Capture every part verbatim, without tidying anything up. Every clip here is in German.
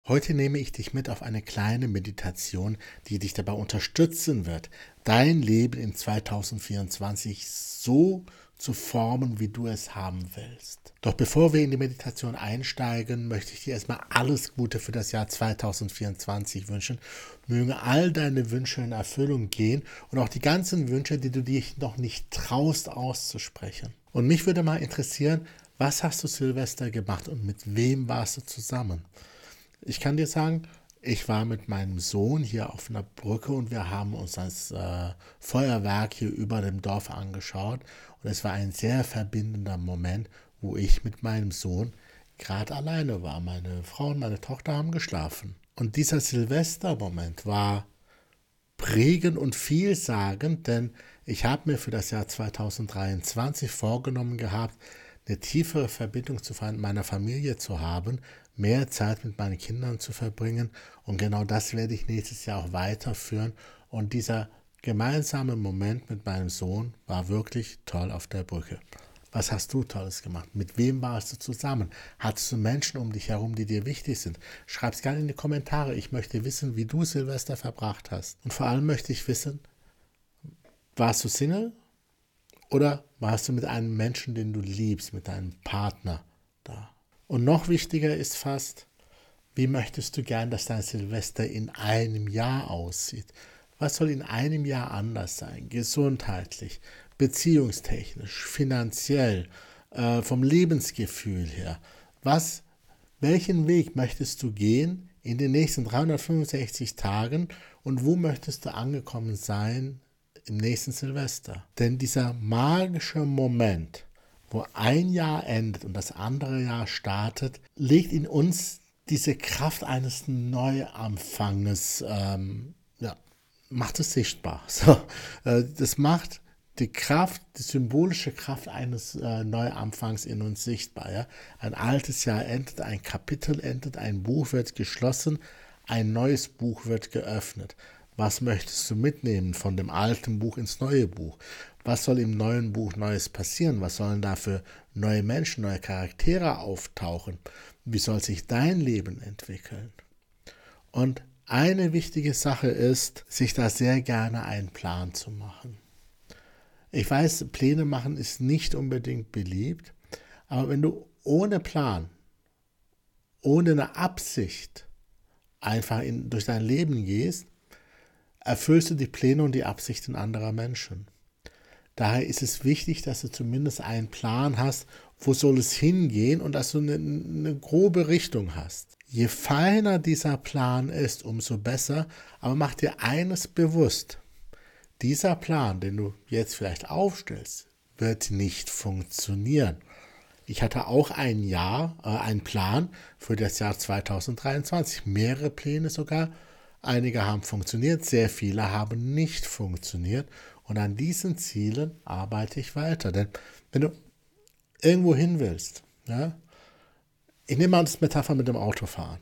Heute nehme ich dich mit auf eine kleine Meditation, die dich dabei unterstützen wird, dein Leben in zweitausendvierundzwanzig so zu formen, wie du es haben willst. Doch bevor wir in die Meditation einsteigen, möchte ich dir erstmal alles Gute für das Jahr zweitausendvierundzwanzig wünschen. Mögen all deine Wünsche in Erfüllung gehen und auch die ganzen Wünsche, die du dich noch nicht traust auszusprechen. Und mich würde mal interessieren, was hast du Silvester gemacht und mit wem warst du zusammen? Ich kann dir sagen, ich war mit meinem Sohn hier auf einer Brücke und wir haben uns das äh, Feuerwerk hier über dem Dorf angeschaut. Und es war ein sehr verbindender Moment, wo ich mit meinem Sohn gerade alleine war. Meine Frau und meine Tochter haben geschlafen. Und dieser Silvestermoment war prägend und vielsagend, denn ich habe mir für das Jahr zweitausenddreiundzwanzig vorgenommen gehabt, eine tiefere Verbindung zu meiner Familie zu haben, mehr Zeit mit meinen Kindern zu verbringen, und genau das werde ich nächstes Jahr auch weiterführen. Und dieser gemeinsame Moment mit meinem Sohn war wirklich toll auf der Brücke. Was hast du Tolles gemacht? Mit wem warst du zusammen? Hattest du Menschen um dich herum, die dir wichtig sind? Schreib es gerne in die Kommentare. Ich möchte wissen, wie du Silvester verbracht hast. Und vor allem möchte ich wissen, warst du Single? Oder warst du mit einem Menschen, den du liebst, mit deinem Partner da? Und noch wichtiger ist fast, wie möchtest du gern, dass dein Silvester in einem Jahr aussieht? Was soll in einem Jahr anders sein? Gesundheitlich, beziehungstechnisch, finanziell, äh, vom Lebensgefühl her. Was, welchen Weg möchtest du gehen in den nächsten dreihundertfünfundsechzig Tagen und wo möchtest du angekommen sein im nächsten Silvester? Denn dieser magische Moment, wo ein Jahr endet und das andere Jahr startet, legt in uns diese Kraft eines Neuanfanges, ähm, ja, macht es sichtbar. So, äh, das macht die Kraft, die symbolische Kraft eines äh, Neuanfangs in uns sichtbar. Ja? Ein altes Jahr endet, ein Kapitel endet, ein Buch wird geschlossen, ein neues Buch wird geöffnet. Was möchtest du mitnehmen von dem alten Buch ins neue Buch? Was soll im neuen Buch Neues passieren? Was sollen da für neue Menschen, neue Charaktere auftauchen? Wie soll sich dein Leben entwickeln? Und eine wichtige Sache ist, sich da sehr gerne einen Plan zu machen. Ich weiß, Pläne machen ist nicht unbedingt beliebt, aber wenn du ohne Plan, ohne eine Absicht einfach in, durch dein Leben gehst, erfüllst du die Pläne und die Absichten anderer Menschen. Daher ist es wichtig, dass du zumindest einen Plan hast, wo soll es hingehen und dass du eine, eine grobe Richtung hast. Je feiner dieser Plan ist, umso besser, aber mach dir eines bewusst. Dieser Plan, den du jetzt vielleicht aufstellst, wird nicht funktionieren. Ich hatte auch ein Jahr, äh, einen Plan für das Jahr zweitausenddreiundzwanzig, mehrere Pläne sogar. Einige haben funktioniert, sehr viele haben nicht funktioniert. Und an diesen Zielen arbeite ich weiter. Denn wenn du irgendwo hin willst, ja, ich nehme mal das Metapher mit dem Autofahren.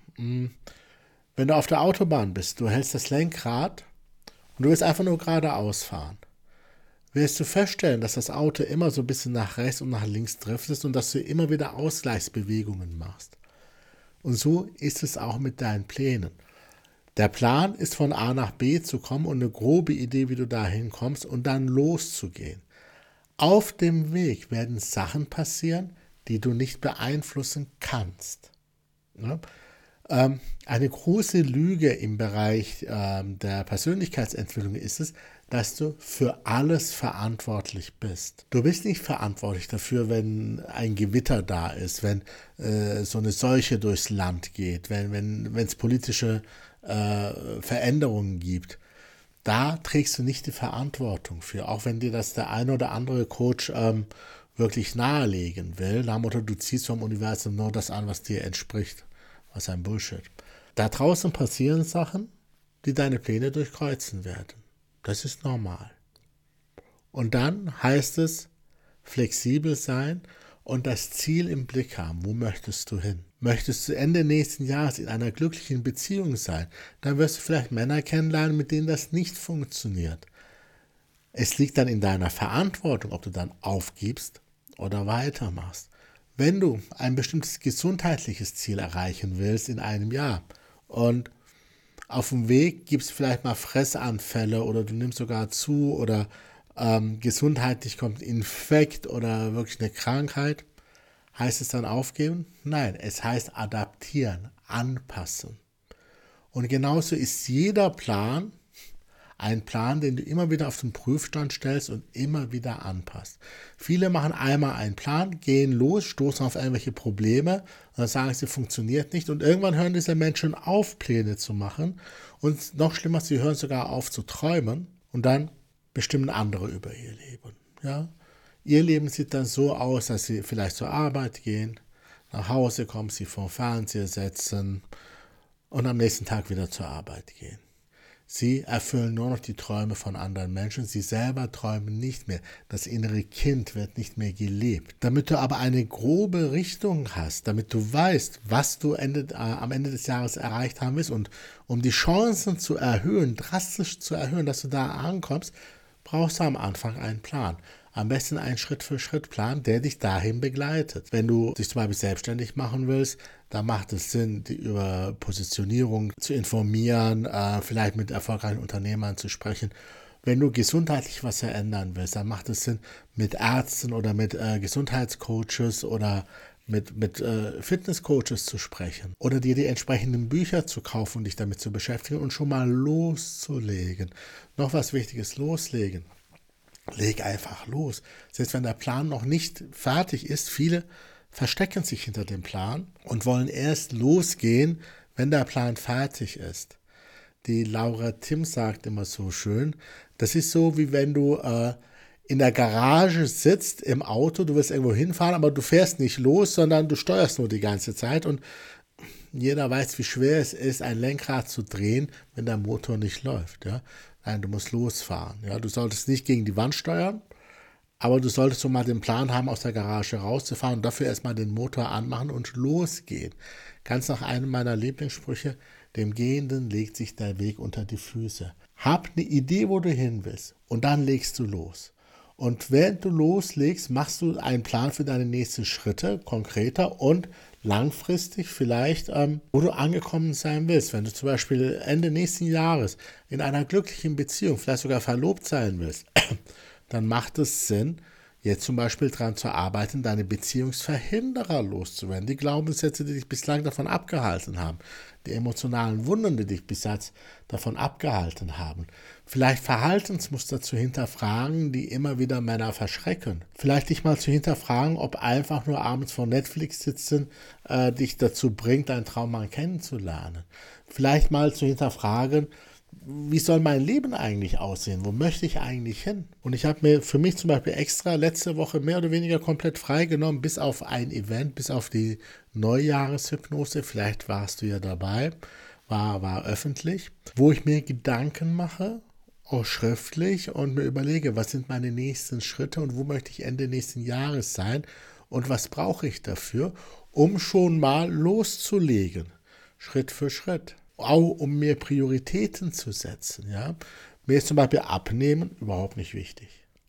Wenn du auf der Autobahn bist, du hältst das Lenkrad und du willst einfach nur geradeaus fahren, wirst du feststellen, dass das Auto immer so ein bisschen nach rechts und nach links driftest und dass du immer wieder Ausgleichsbewegungen machst. Und so ist es auch mit deinen Plänen. Der Plan ist, von A nach B zu kommen und eine grobe Idee, wie du dahin kommst und dann loszugehen. Auf dem Weg werden Sachen passieren, die du nicht beeinflussen kannst. Ja? Ähm, eine große Lüge im Bereich ähm, der Persönlichkeitsentwicklung ist es, dass du für alles verantwortlich bist. Du bist nicht verantwortlich dafür, wenn ein Gewitter da ist, wenn äh, so eine Seuche durchs Land geht, wenn wenn wenn es politische äh, Veränderungen gibt. Da trägst du nicht die Verantwortung für, auch wenn dir das der eine oder andere Coach ähm, wirklich nahelegen will. Nach dem Motto, du ziehst vom Universum nur das an, was dir entspricht. Was ein Bullshit. Da draußen passieren Sachen, die deine Pläne durchkreuzen werden. Das ist normal. Und dann heißt es, flexibel sein und das Ziel im Blick haben. Wo möchtest du hin? Möchtest du Ende nächsten Jahres in einer glücklichen Beziehung sein? Dann wirst du vielleicht Männer kennenlernen, mit denen das nicht funktioniert. Es liegt dann in deiner Verantwortung, ob du dann aufgibst oder weitermachst. Wenn du ein bestimmtes gesundheitliches Ziel erreichen willst in einem Jahr und auf dem Weg gibt es vielleicht mal Fressanfälle oder du nimmst sogar zu oder ähm, gesundheitlich kommt ein Infekt oder wirklich eine Krankheit, heißt es dann aufgeben? Nein, es heißt adaptieren, anpassen. Und genauso ist jeder Plan ein Plan, den du immer wieder auf den Prüfstand stellst und immer wieder anpasst. Viele machen einmal einen Plan, gehen los, stoßen auf irgendwelche Probleme und dann sagen sie, funktioniert nicht. Und irgendwann hören diese Menschen auf, Pläne zu machen. Und noch schlimmer, sie hören sogar auf zu träumen und dann bestimmen andere über ihr Leben. Ja? Ihr Leben sieht dann so aus, dass sie vielleicht zur Arbeit gehen, nach Hause kommen, sie vor den Fernseher setzen und am nächsten Tag wieder zur Arbeit gehen. Sie erfüllen nur noch die Träume von anderen Menschen. Sie selber träumen nicht mehr. Das innere Kind wird nicht mehr gelebt. Damit du aber eine grobe Richtung hast, damit du weißt, was du Ende, äh, am Ende des Jahres erreicht haben willst und um die Chancen zu erhöhen, drastisch zu erhöhen, dass du da ankommst, brauchst du am Anfang einen Plan. Am besten einen Schritt-für-Schritt-Plan, der dich dahin begleitet. Wenn du dich zum Beispiel selbstständig machen willst, dann macht es Sinn, die über Positionierung zu informieren, äh, vielleicht mit erfolgreichen Unternehmern zu sprechen. Wenn du gesundheitlich was verändern willst, dann macht es Sinn, mit Ärzten oder mit äh, Gesundheitscoaches oder mit, mit äh, Fitnesscoaches zu sprechen. Oder dir die entsprechenden Bücher zu kaufen und dich damit zu beschäftigen und schon mal loszulegen. Noch was Wichtiges, loslegen. Leg einfach los. Selbst wenn der Plan noch nicht fertig ist, viele verstecken sich hinter dem Plan und wollen erst losgehen, wenn der Plan fertig ist. Die Laura Timm sagt immer so schön, das ist so, wie wenn du äh, in der Garage sitzt im Auto, du willst irgendwo hinfahren, aber du fährst nicht los, sondern du steuerst nur die ganze Zeit und jeder weiß, wie schwer es ist, ein Lenkrad zu drehen, wenn der Motor nicht läuft. Ja? Nein, du musst losfahren. Ja? Du solltest nicht gegen die Wand steuern, aber du solltest so mal den Plan haben, aus der Garage rauszufahren und dafür erstmal den Motor anmachen und losgehen. Ganz nach einem meiner Lieblingssprüche, dem Gehenden legt sich der Weg unter die Füße. Hab eine Idee, wo du hin willst und dann legst du los. Und während du loslegst, machst du einen Plan für deine nächsten Schritte, konkreter und langfristig vielleicht, ähm, wo du angekommen sein willst. Wenn du zum Beispiel Ende nächsten Jahres in einer glücklichen Beziehung, vielleicht sogar verlobt sein willst, dann macht es Sinn, jetzt zum Beispiel daran zu arbeiten, deine Beziehungsverhinderer loszuwerden. Die Glaubenssätze, die dich bislang davon abgehalten haben. Die emotionalen Wunden, die dich bis jetzt davon abgehalten haben. Vielleicht Verhaltensmuster zu hinterfragen, die immer wieder Männer verschrecken. Vielleicht dich mal zu hinterfragen, ob einfach nur abends vor Netflix sitzen äh, dich dazu bringt, deinen Traummann kennenzulernen. Vielleicht mal zu hinterfragen, wie soll mein Leben eigentlich aussehen? Wo möchte ich eigentlich hin? Und ich habe mir für mich zum Beispiel extra letzte Woche mehr oder weniger komplett freigenommen, bis auf ein Event, bis auf die Neujahreshypnose. Vielleicht warst du ja dabei, war, war öffentlich, wo ich mir Gedanken mache, auch schriftlich und mir überlege, was sind meine nächsten Schritte und wo möchte ich Ende nächsten Jahres sein und was brauche ich dafür, um schon mal loszulegen, Schritt für Schritt. Auch um mir Prioritäten zu setzen. Ja? Mir ist zum Beispiel Abnehmen überhaupt nicht wichtig.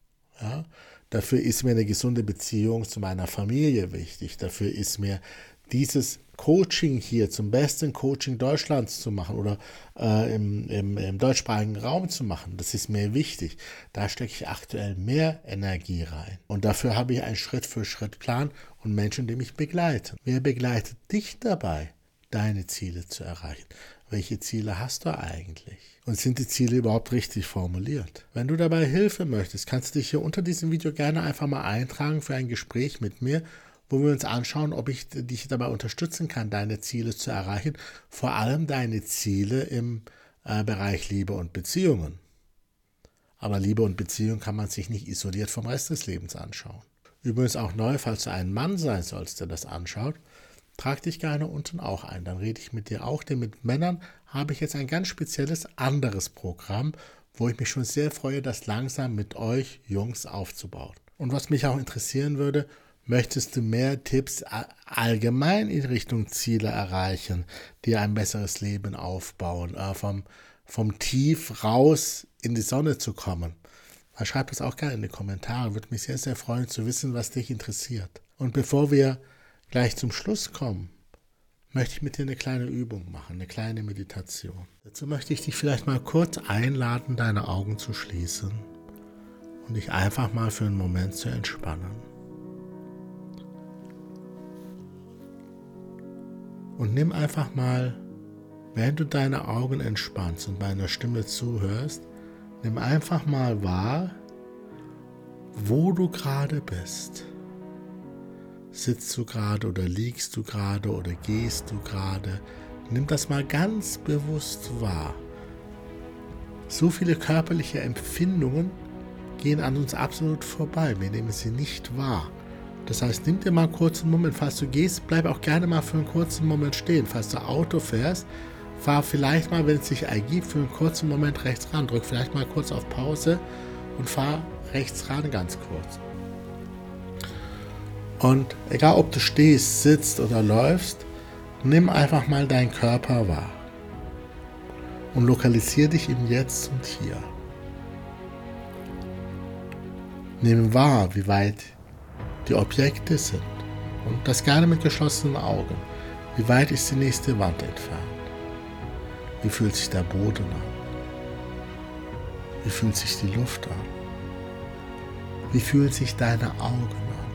Ja? Dafür ist mir eine gesunde Beziehung zu meiner Familie wichtig. Dafür ist mir dieses Coaching hier zum besten Coaching Deutschlands zu machen oder äh, im, im, im deutschsprachigen Raum zu machen. Das ist mir wichtig. Da stecke ich aktuell mehr Energie rein. Und dafür habe ich einen Schritt-für-Schritt-Plan und Menschen, die mich begleiten. Wer begleitet dich dabei, deine Ziele zu erreichen? Welche Ziele hast du eigentlich? Und sind die Ziele überhaupt richtig formuliert? Wenn du dabei Hilfe möchtest, kannst du dich hier unter diesem Video gerne einfach mal eintragen für ein Gespräch mit mir, wo wir uns anschauen, ob ich dich dabei unterstützen kann, deine Ziele zu erreichen. Vor allem deine Ziele im äh, Bereich Liebe und Beziehungen. Aber Liebe und Beziehung kann man sich nicht isoliert vom Rest des Lebens anschauen. Übrigens auch neu, falls du ein Mann sein sollst, der das anschaut, trag dich gerne unten auch ein, dann rede ich mit dir auch, denn mit Männern habe ich jetzt ein ganz spezielles anderes Programm, wo ich mich schon sehr freue, das langsam mit euch Jungs aufzubauen. Und was mich auch interessieren würde, möchtest du mehr Tipps allgemein in Richtung Ziele erreichen, dir ein besseres Leben aufbauen, äh, vom, vom Tief raus in die Sonne zu kommen? Schreib das auch gerne in die Kommentare, würde mich sehr, sehr freuen zu wissen, was dich interessiert. Und bevor wir gleich zum Schluss kommen, möchte ich mit dir eine kleine Übung machen, eine kleine Meditation. Dazu möchte ich dich vielleicht mal kurz einladen, deine Augen zu schließen und dich einfach mal für einen Moment zu entspannen. Und nimm einfach mal, während du deine Augen entspannst und meiner Stimme zuhörst, nimm einfach mal wahr, wo du gerade bist. Sitzt du gerade oder liegst du gerade oder gehst du gerade? Nimm das mal ganz bewusst wahr. So viele körperliche Empfindungen gehen an uns absolut vorbei. Wir nehmen sie nicht wahr. Das heißt, nimm dir mal einen kurzen Moment. Falls du gehst, bleib auch gerne mal für einen kurzen Moment stehen. Falls du Auto fährst, fahr vielleicht mal, wenn es sich ergibt, für einen kurzen Moment rechts ran. Drück vielleicht mal kurz auf Pause und fahr rechts ran ganz kurz. Und egal, ob du stehst, sitzt oder läufst, nimm einfach mal deinen Körper wahr. Und lokalisiere dich im Jetzt und Hier. Nimm wahr, wie weit die Objekte sind. Und das gerne mit geschlossenen Augen. Wie weit ist die nächste Wand entfernt? Wie fühlt sich der Boden an? Wie fühlt sich die Luft an? Wie fühlen sich deine Augen an?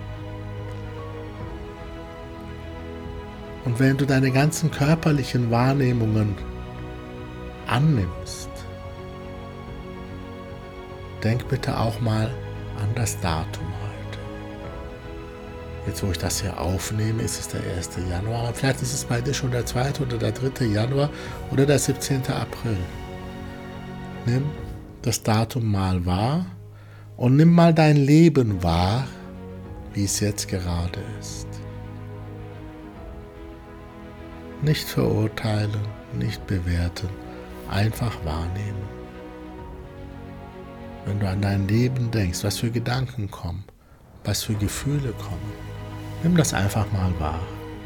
Und wenn du deine ganzen körperlichen Wahrnehmungen annimmst, denk bitte auch mal an das Datum heute. Jetzt, wo ich das hier aufnehme, ist es der erste Januar. Vielleicht ist es bei dir schon der zweite oder der dritte Januar oder der siebzehnte April. Nimm das Datum mal wahr und nimm mal dein Leben wahr, wie es jetzt gerade ist. Nicht verurteilen, nicht bewerten, einfach wahrnehmen. Wenn du an dein Leben denkst, was für Gedanken kommen, was für Gefühle kommen, nimm das einfach mal wahr.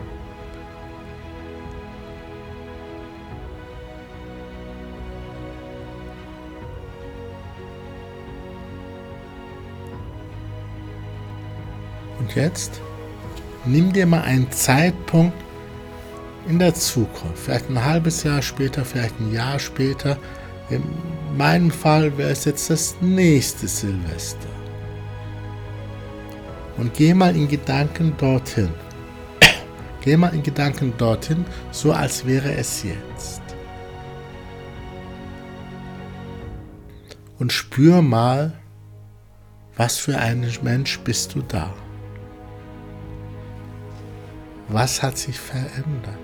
Und jetzt nimm dir mal einen Zeitpunkt in der Zukunft, vielleicht ein halbes Jahr später, vielleicht ein Jahr später. In meinem Fall wäre es jetzt das nächste Silvester. Und geh mal in Gedanken dorthin. Geh mal in Gedanken dorthin, so als wäre es jetzt. Und spür mal, was für ein Mensch bist du da? Was hat sich verändert?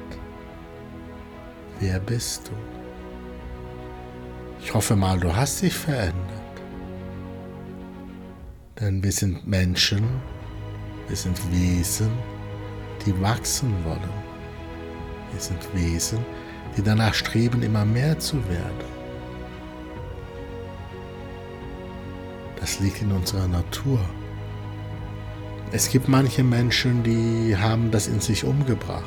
Wer bist du? Ich hoffe mal, du hast dich verändert. Denn wir sind Menschen, wir sind Wesen, die wachsen wollen. Wir sind Wesen, die danach streben, immer mehr zu werden. Das liegt in unserer Natur. Es gibt manche Menschen, die haben das in sich umgebracht.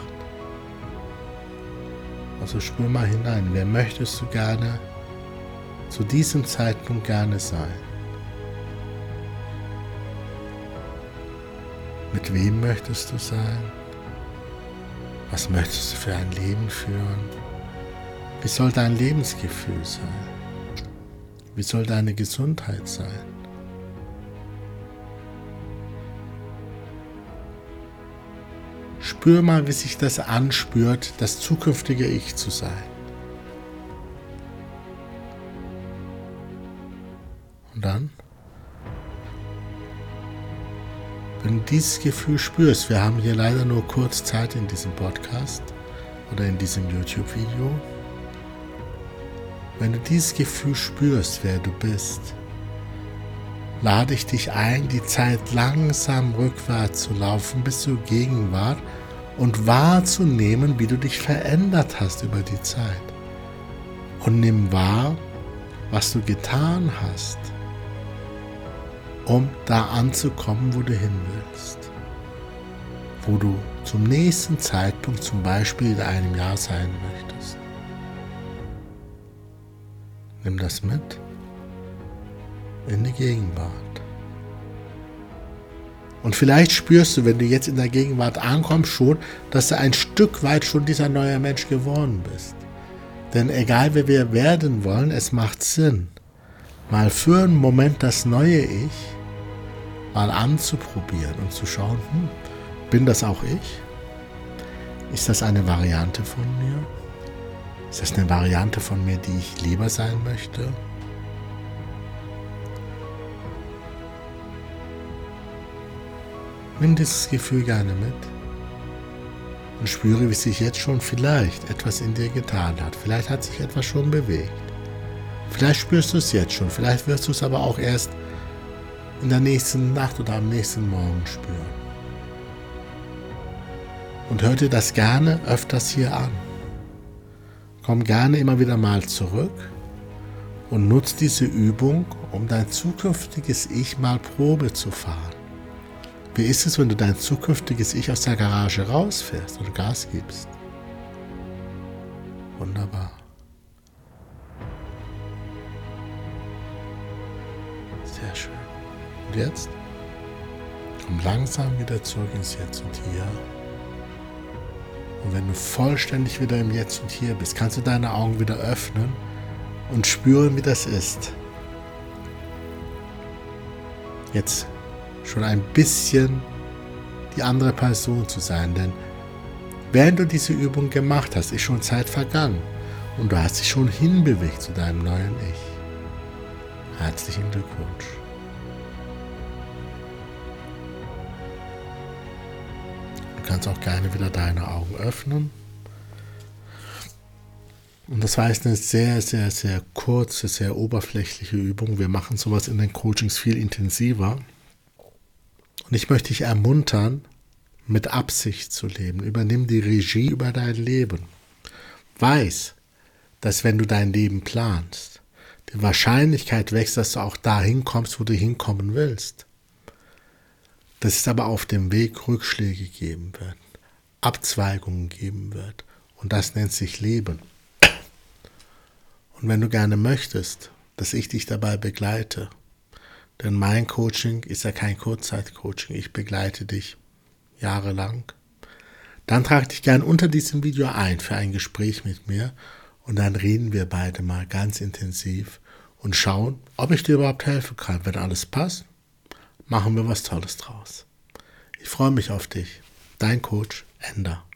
Also spür mal hinein, wer möchtest du gerne zu diesem Zeitpunkt gerne sein? Mit wem möchtest du sein? Was möchtest du für ein Leben führen? Wie soll dein Lebensgefühl sein? Wie soll deine Gesundheit sein? Spür mal, wie sich das anspürt, das zukünftige Ich zu sein. Und dann, wenn du dieses Gefühl spürst, wir haben hier leider nur kurz Zeit in diesem Podcast oder in diesem YouTube-Video, wenn du dieses Gefühl spürst, wer du bist, lade ich dich ein, die Zeit langsam rückwärts zu laufen bis zur Gegenwart und wahrzunehmen, wie du dich verändert hast über die Zeit. Und nimm wahr, was du getan hast, um da anzukommen, wo du hin willst. Wo du zum nächsten Zeitpunkt, zum Beispiel in einem Jahr sein möchtest. Nimm das mit in die Gegenwart. Und vielleicht spürst du, wenn du jetzt in der Gegenwart ankommst, schon, dass du ein Stück weit schon dieser neue Mensch geworden bist. Denn egal wer wir werden wollen, es macht Sinn, mal für einen Moment das neue Ich mal anzuprobieren und zu schauen, hm, bin das auch ich? Ist das eine Variante von mir? Ist das eine Variante von mir, die ich lieber sein möchte? Nimm dieses Gefühl gerne mit und spüre, wie sich jetzt schon vielleicht etwas in dir getan hat. Vielleicht hat sich etwas schon bewegt. Vielleicht spürst du es jetzt schon, vielleicht wirst du es aber auch erst in der nächsten Nacht oder am nächsten Morgen spüren. Und hör dir das gerne öfters hier an. Komm gerne immer wieder mal zurück und nutz diese Übung, um dein zukünftiges Ich mal Probe zu fahren. Wie ist es, wenn du dein zukünftiges Ich aus der Garage rausfährst und Gas gibst? Wunderbar. Sehr schön. Und jetzt? Komm langsam wieder zurück ins Jetzt und Hier. Und wenn du vollständig wieder im Jetzt und Hier bist, kannst du deine Augen wieder öffnen und spüren, wie das ist. Jetzt schon ein bisschen die andere Person zu sein, denn während du diese Übung gemacht hast, ist schon Zeit vergangen und du hast dich schon hinbewegt zu deinem neuen Ich. Herzlichen Glückwunsch. Du kannst auch gerne wieder deine Augen öffnen. Und das war jetzt eine sehr, sehr, sehr kurze, sehr oberflächliche Übung. Wir machen sowas in den Coachings viel intensiver. Und ich möchte dich ermuntern, mit Absicht zu leben. Übernimm die Regie über dein Leben. Weiß, dass wenn du dein Leben planst, die Wahrscheinlichkeit wächst, dass du auch dahin kommst, wo du hinkommen willst. Dass es aber auf dem Weg Rückschläge geben wird, Abzweigungen geben wird. Und das nennt sich Leben. Und wenn du gerne möchtest, dass ich dich dabei begleite, denn mein Coaching ist ja kein Kurzzeit-Coaching, ich begleite dich jahrelang, dann trag dich gern unter diesem Video ein für ein Gespräch mit mir und dann reden wir beide mal ganz intensiv und schauen, ob ich dir überhaupt helfen kann. Wenn alles passt, machen wir was Tolles draus. Ich freue mich auf dich. Dein Coach, Ender.